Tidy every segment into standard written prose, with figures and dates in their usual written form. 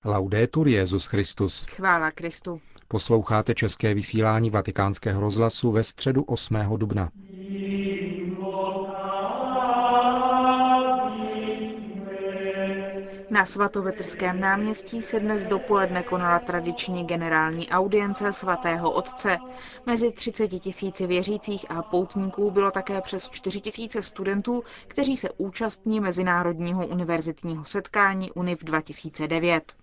Laudetur Jesus Christus. Chvála Kristu. Posloucháte české vysílání Vatikánského rozhlasu ve středu 8. dubna. Na Svatovetrském náměstí se dnes dopoledne konala tradiční generální audience svatého otce. Mezi 30 000 věřících a poutníků bylo také přes 4 000 studentů, kteří se účastní Mezinárodního univerzitního setkání UNIV 2009.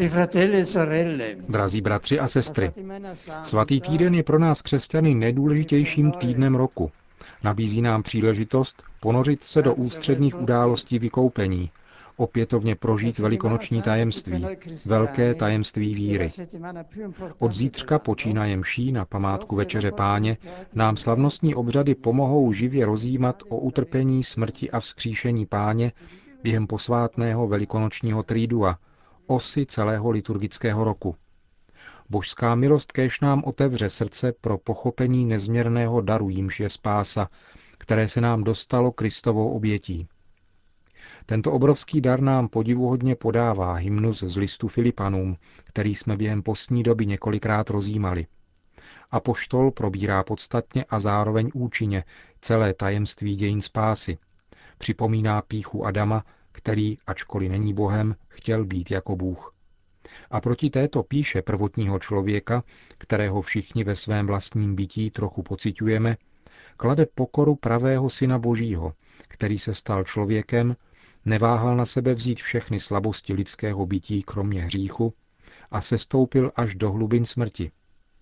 Drazí bratři a sestry, svatý týden je pro nás křesťany nejdůležitějším týdnem roku. Nabízí nám příležitost ponořit se do ústředních událostí vykoupení, opětovně prožít velikonoční tajemství, velké tajemství víry. Od zítřka počínaje mší na památku Večeře Páně nám slavnostní obřady pomohou živě rozjímat o utrpení, smrti a vzkříšení Páně během posvátného velikonočního tridua, osy celého liturgického roku. Božská milost kéž nám otevře srdce pro pochopení nezměrného daru, jímž je spása, které se nám dostalo Kristovou obětí. Tento obrovský dar nám podivuhodně podává hymnus z listu Filipanům, který jsme během postní doby několikrát rozjímali. Apoštol probírá podstatně a zároveň účinně celé tajemství dějin spásy. Připomíná pýchu Adama, který, ačkoliv není Bohem, chtěl být jako Bůh. A proti této pýše prvotního člověka, kterého všichni ve svém vlastním bytí trochu pociťujeme, klade pokoru pravého Syna Božího, který se stal člověkem, neváhal na sebe vzít všechny slabosti lidského bytí kromě hříchu a sestoupil až do hlubin smrti.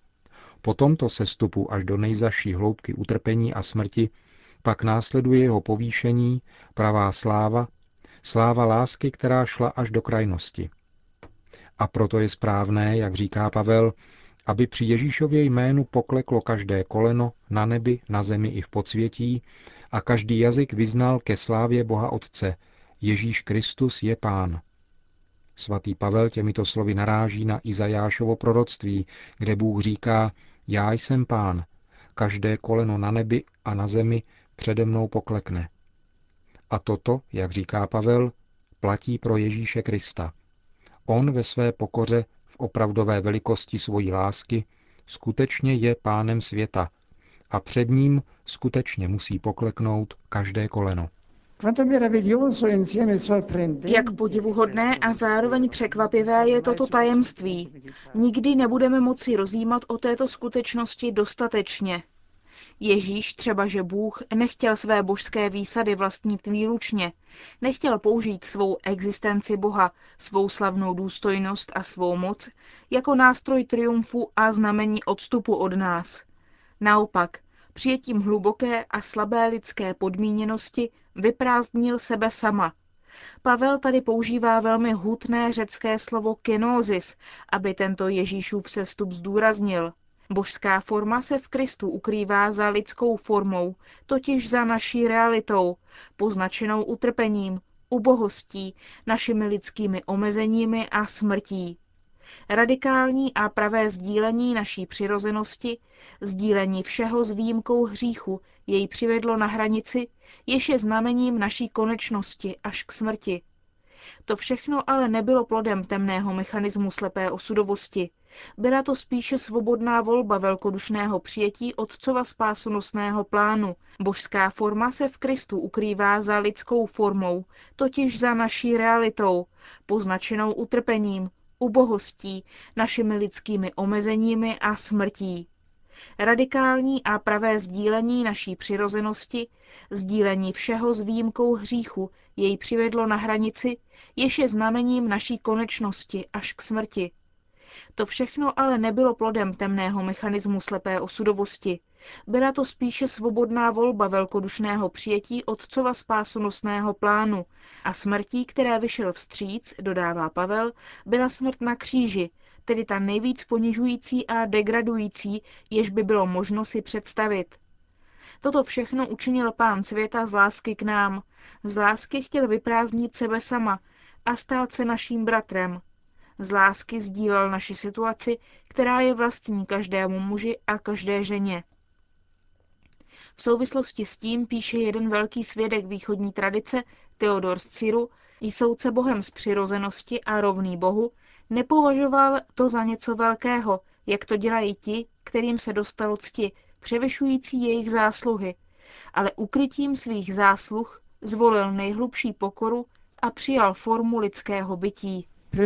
Po tomto sestupu až do nejzazší hloubky utrpení a smrti pak následuje jeho povýšení, pravá sláva, sláva lásky, která šla až do krajnosti. A proto je správné, jak říká Pavel, aby při Ježíšově jménu pokleklo každé koleno na nebi, na zemi i v podsvětí a každý jazyk vyznal ke slávě Boha Otce: Ježíš Kristus je Pán. Svatý Pavel těmito slovy naráží na Izajášovo proroctví, kde Bůh říká: Já jsem Pán, každé koleno na nebi a na zemi přede mnou poklekne. A toto, jak říká Pavel, platí pro Ježíše Krista. On ve své pokoře, v opravdové velikosti svojí lásky, skutečně je Pánem světa a před ním skutečně musí pokleknout každé koleno. Jak podivuhodné a zároveň překvapivé je toto tajemství. Nikdy nebudeme moci rozjímat o této skutečnosti dostatečně. Ježíš, třeba že Bůh, nechtěl své božské výsady vlastnit výlučně, nechtěl použít svou existenci Boha, svou slavnou důstojnost a svou moc jako nástroj triumfu a znamení odstupu od nás. Naopak, přijetím hluboké a slabé lidské podmíněnosti vyprázdnil sebe sama. Pavel tady používá velmi hutné řecké slovo kenosis, aby tento Ježíšův sestup zdůraznil. Božská forma se v Kristu ukrývá za lidskou formou, totiž za naší realitou, poznačenou utrpením, ubohostí, našimi lidskými omezeními a smrtí. Radikální a pravé sdílení naší přirozenosti, sdílení všeho s výjimkou hříchu, jej přivedlo na hranici, jež je znamením naší konečnosti až k smrti. To všechno ale nebylo plodem temného mechanismu slepé osudovosti. Byla to spíše svobodná volba velkodušného přijetí Otcova spásonosného plánu. Božská forma se v Kristu ukrývá za lidskou formou, totiž za naší realitou, poznačenou utrpením, ubohostí, našimi lidskými omezeními a smrtí. Radikální a pravé sdílení naší přirozenosti, sdílení všeho s výjimkou hříchu, jej přivedlo na hranici, jež je znamením naší konečnosti až k smrti. To všechno ale nebylo plodem temného mechanismu slepé osudovosti. Byla to spíše svobodná volba velkodušného přijetí Otcova spásonosného plánu a smrtí, které vyšel vstříc, dodává Pavel, byla smrt na kříži, tedy ta nejvíc ponižující a degradující, jež by bylo možno si představit. Toto všechno učinil Pán světa z lásky k nám. Z lásky chtěl vyprázdnit sebe sama a stát se naším bratrem. Z lásky sdílel naši situaci, která je vlastní každému muži a každé ženě. V souvislosti s tím píše jeden velký svědek východní tradice, Theodor z Cyru, I soudce Bohem z přirozenosti a rovný Bohu nepovažoval to za něco velkého, jak to dělají ti, kterým se dostalo cti, převyšující jejich zásluhy, ale ukrytím svých zásluh zvolil nejhlubší pokoru a přijal formu lidského bytí.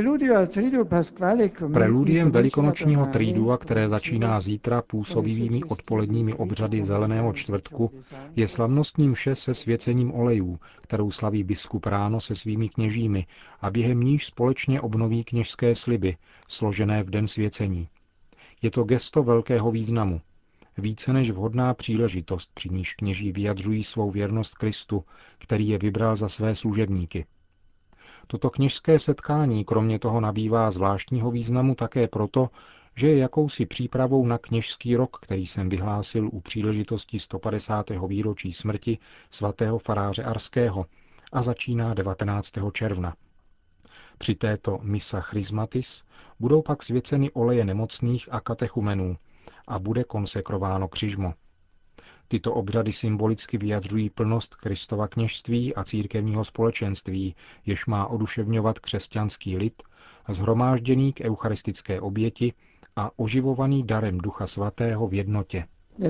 Preludiem velikonočního tridua, které začíná zítra působivými odpoledními obřady Zeleného čtvrtku, je slavnostní mše se svěcením olejů, kterou slaví biskup ráno se svými kněžími a během níž společně obnoví kněžské sliby, složené v den svěcení. Je to gesto velkého významu. Více než vhodná příležitost, při níž kněží vyjadřují svou věrnost Kristu, který je vybral za své služebníky. Toto kněžské setkání kromě toho nabývá zvláštního významu také proto, že je jakousi přípravou na kněžský rok, který jsem vyhlásil u příležitosti 150. výročí smrti svatého faráře Arského a začíná 19. června. Při této missa Chrismatis budou pak svěceny oleje nemocných a katechumenů a bude konsekrováno křižmo. Tyto obřady symbolicky vyjadřují plnost Kristova kněžství a církevního společenství, jež má oduševňovat křesťanský lid, shromážděný k eucharistické oběti a oživovaný darem Ducha Svatého v jednotě.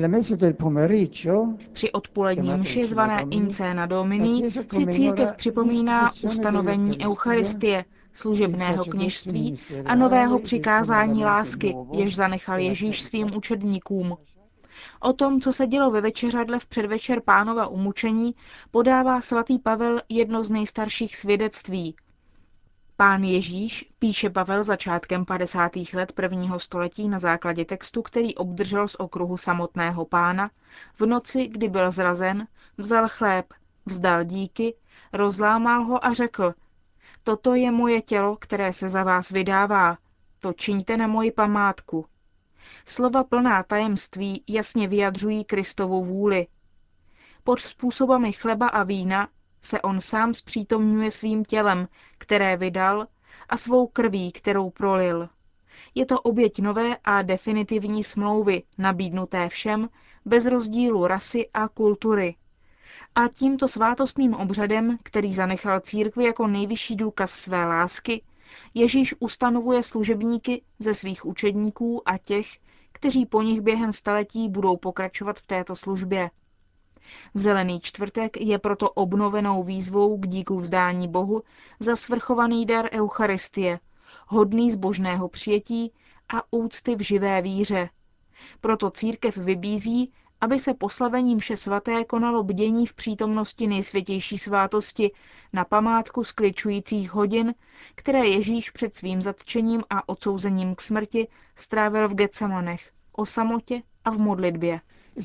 Při odpolední mši zvané Incena Domini si církev připomíná ustanovení Eucharistie, služebného kněžství a nového přikázání lásky, jež zanechal Ježíš svým učedníkům. O tom, co se dělo ve večeřadle v předvečer Pánova umučení, podává svatý Pavel jedno z nejstarších svědectví. Pán Ježíš, píše Pavel začátkem 50. let 1. století na základě textu, který obdržel z okruhu samotného Pána, v noci, kdy byl zrazen, vzal chléb, vzdal díky, rozlámal ho a řekl: Toto je moje tělo, které se za vás vydává, to čiňte na moji památku. Slova plná tajemství jasně vyjadřují Kristovu vůli. Pod způsobami chleba a vína se on sám zpřítomňuje svým tělem, které vydal, a svou krví, kterou prolil. Je to oběť nové a definitivní smlouvy, nabídnuté všem, bez rozdílu rasy a kultury. A tímto svátostným obřadem, který zanechal církvi jako nejvyšší důkaz své lásky, Ježíš ustanovuje služebníky ze svých učedníků a těch, kteří po nich během staletí budou pokračovat v této službě. Zelený čtvrtek je proto obnovenou výzvou k díku vzdání Bohu za svrchovaný dar Eucharistie, hodný zbožného přijetí a úcty v živé víře. Proto církev vybízí, aby se po slavení mše svaté konalo bdění v přítomnosti nejsvětější svátosti na památku skličujících hodin, které Ježíš před svým zatčením a odsouzením k smrti strávil v Getsemanech, o samotě a v modlitbě.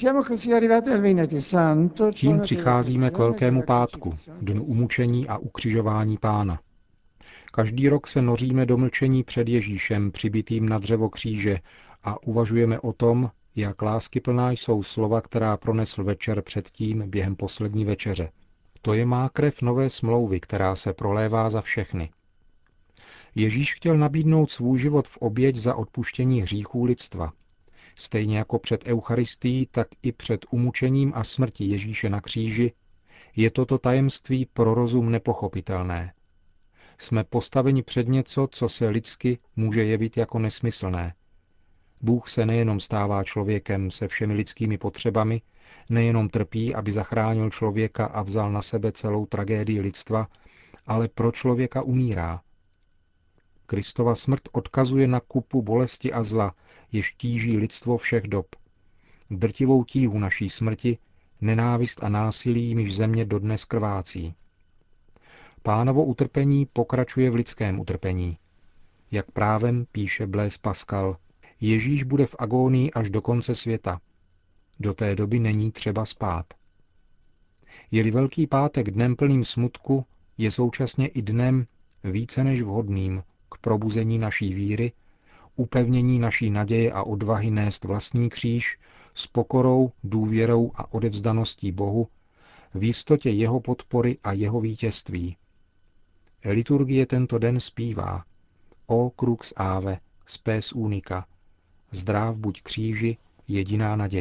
Tím přicházíme k Velkému pátku, dnu umučení a ukřižování Pána. Každý rok se noříme do mlčení před Ježíšem přibitým na dřevo kříže a uvažujeme o tom, jak láskyplná jsou slova, která pronesl večer předtím během poslední večeře. To je má krev nové smlouvy, která se prolévá za všechny. Ježíš chtěl nabídnout svůj život v oběť za odpuštění hříchů lidstva. Stejně jako před Eucharistií, tak i před umučením a smrtí Ježíše na kříži je toto tajemství pro rozum nepochopitelné. Jsme postaveni před něco, co se lidsky může jevit jako nesmyslné. Bůh se nejenom stává člověkem se všemi lidskými potřebami, nejenom trpí, aby zachránil člověka a vzal na sebe celou tragédii lidstva, ale pro člověka umírá. Kristova smrt odkazuje na kupu bolesti a zla, jež tíží lidstvo všech dob. Drtivou tíhu naší smrti, nenávist a násilí, jimiž země dodnes krvácí. Pánovo utrpení pokračuje v lidském utrpení. Jak právem píše Blaise Pascal, Ježíš bude v agónii až do konce světa. Do té doby není třeba spát. Je-li Velký pátek dnem plným smutku, je současně i dnem více než vhodným k probuzení naší víry, upevnění naší naděje a odvahy nést vlastní kříž s pokorou, důvěrou a odevzdaností Bohu, v jistotě jeho podpory a jeho vítězství. Liturgie tento den zpívá: O crux ave, spes unica, zdráv buď kříži, jediná naděje.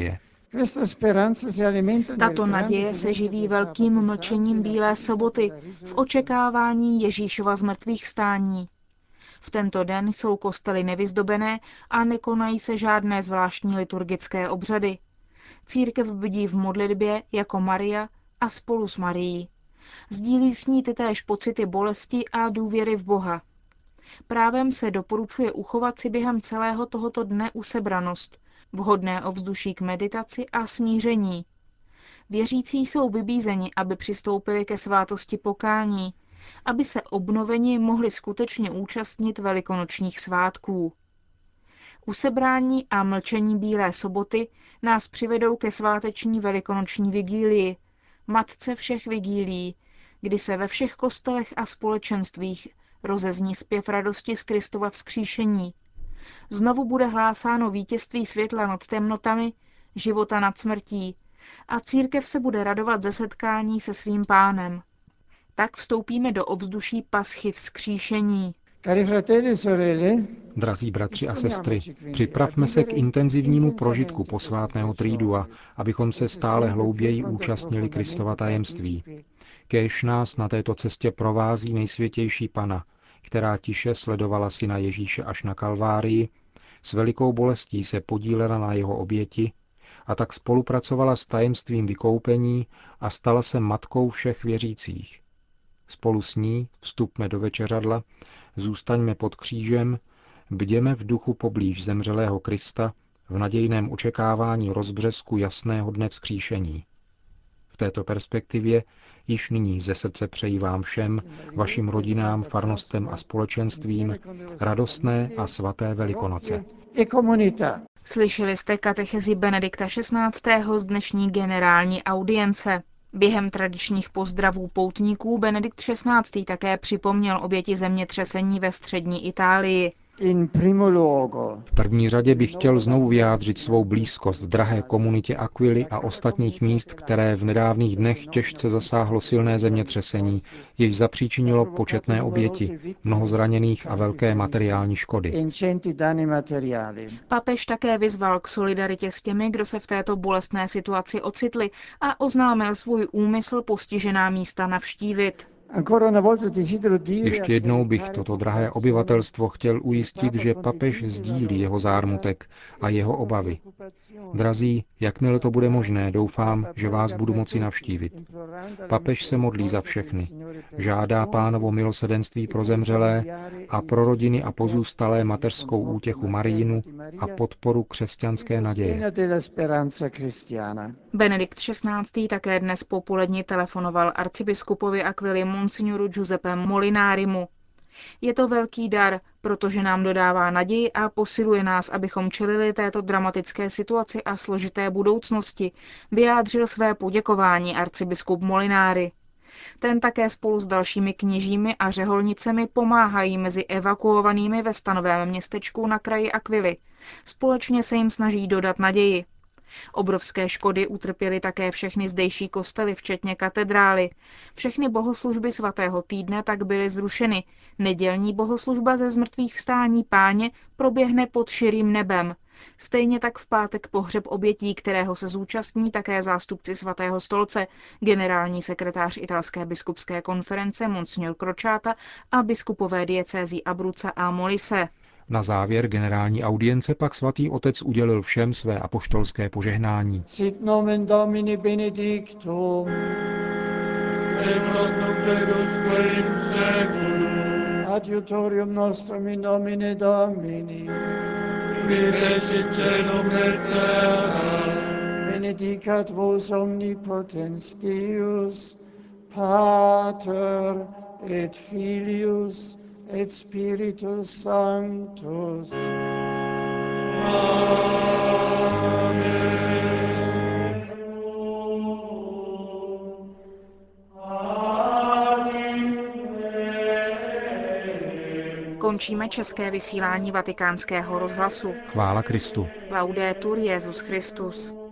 Tato naděje se živí velkým mlčením Bílé soboty v očekávání Ježíšova zmrtvýchvstání. V tento den jsou kostely nevyzdobené a nekonají se žádné zvláštní liturgické obřady. Církev bdí v modlitbě jako Maria a spolu s Marií. Sdílí s ní tytéž pocity bolesti a důvěry v Boha. Právem se doporučuje uchovat si během celého tohoto dne usebranost, vhodné ovzduší k meditaci a smíření. Věřící jsou vybízeni, aby přistoupili ke svátosti pokání, aby se obnoveni mohli skutečně účastnit velikonočních svátků. Usebrání a mlčení Bílé soboty nás přivedou ke sváteční velikonoční vigílii, matce všech vigílií, kdy se ve všech kostelech a společenstvích rozezní zpěv radosti z Kristova vzkříšení. Znovu bude hlásáno vítězství světla nad temnotami, života nad smrtí a církev se bude radovat ze setkání se svým Pánem. Tak vstoupíme do ovzduší paschy vzkříšení. Drazí bratři a sestry, připravme se k intenzivnímu prožitku posvátného trídua, abychom se stále hlouběji účastnili Kristova tajemství. Kéž nás na této cestě provází nejsvětější Panna, která tiše sledovala syna Ježíše až na Kalvárii, s velikou bolestí se podílela na jeho oběti a tak spolupracovala s tajemstvím vykoupení a stala se matkou všech věřících. Spolu s ní vstupme do večeřadla, zůstaňme pod křížem, bděme v duchu poblíž zemřelého Krista v nadějném očekávání rozbřesku jasného dne vzkříšení. V této perspektivě již nyní ze srdce přeji vám všem, vašim rodinám, farnostem a společenstvím radostné a svaté Velikonoce. Slyšeli jste katechezi Benedikta XVI. Z dnešní generální audience. Během tradičních pozdravů poutníků Benedikt XVI. Také připomněl oběti zemětřesení ve střední Itálii. V první řadě bych chtěl znovu vyjádřit svou blízkost drahé komunitě Aquily a ostatních míst, které v nedávných dnech těžce zasáhlo silné zemětřesení, jež zapříčinilo početné oběti, mnoho zraněných a velké materiální škody. Papež také vyzval k solidaritě s těmi, kdo se v této bolestné situaci ocitli, a oznámil svůj úmysl postižená místa navštívit. Ještě jednou bych toto drahé obyvatelstvo chtěl ujistit, že papež sdílí jeho zármutek a jeho obavy. Drazí, jakmile to bude možné, doufám, že vás budu moci navštívit. Papež se modlí za všechny. Žádá Pánovo milosedenství pro zemřelé a pro rodiny a pozůstalé mateřskou útěchu Marijinu a podporu křesťanské naděje. Benedikt XVI. Také dnes popoledni telefonoval arcibiskupovi Aquily monsignoru Giuseppe Molinarimu. Je to velký dar, protože nám dodává naději a posiluje nás, abychom čelili této dramatické situaci a složité budoucnosti, vyjádřil své poděkování arcibiskup Molinari. Ten také spolu s dalšími kněžími a řeholnicemi pomáhají mezi evakuovanými ve stanovém městečku na kraji Aquily. Společně se jim snaží dodat naději. Obrovské škody utrpěly také všechny zdejší kostely, včetně katedrály. Všechny bohoslužby svatého týdne tak byly zrušeny. Nedělní bohoslužba ze zmrtvýchvstání Páně proběhne pod širým nebem. Stejně tak v pátek pohřeb obětí, kterého se zúčastní také zástupci svatého stolce, generální sekretář italské biskupské konference Monsignor Crociata a biskupové diecézí Abruzza a Molise. Na závěr generální audience pak svatý otec udělil všem své apoštolské požehnání. Sit nomen Domini benedictum. Et hoc nunc pledusque in seculum. Adiutorium nostrum in nomine Domini. Qui fecit caelum et terra. Benedicat vos omnipotens Deus, Pater et Filius et Spiritus Sanctus. Končíme české vysílání Vatikánského rozhlasu. Chvála Kristu. Laudetur Jesus Christus.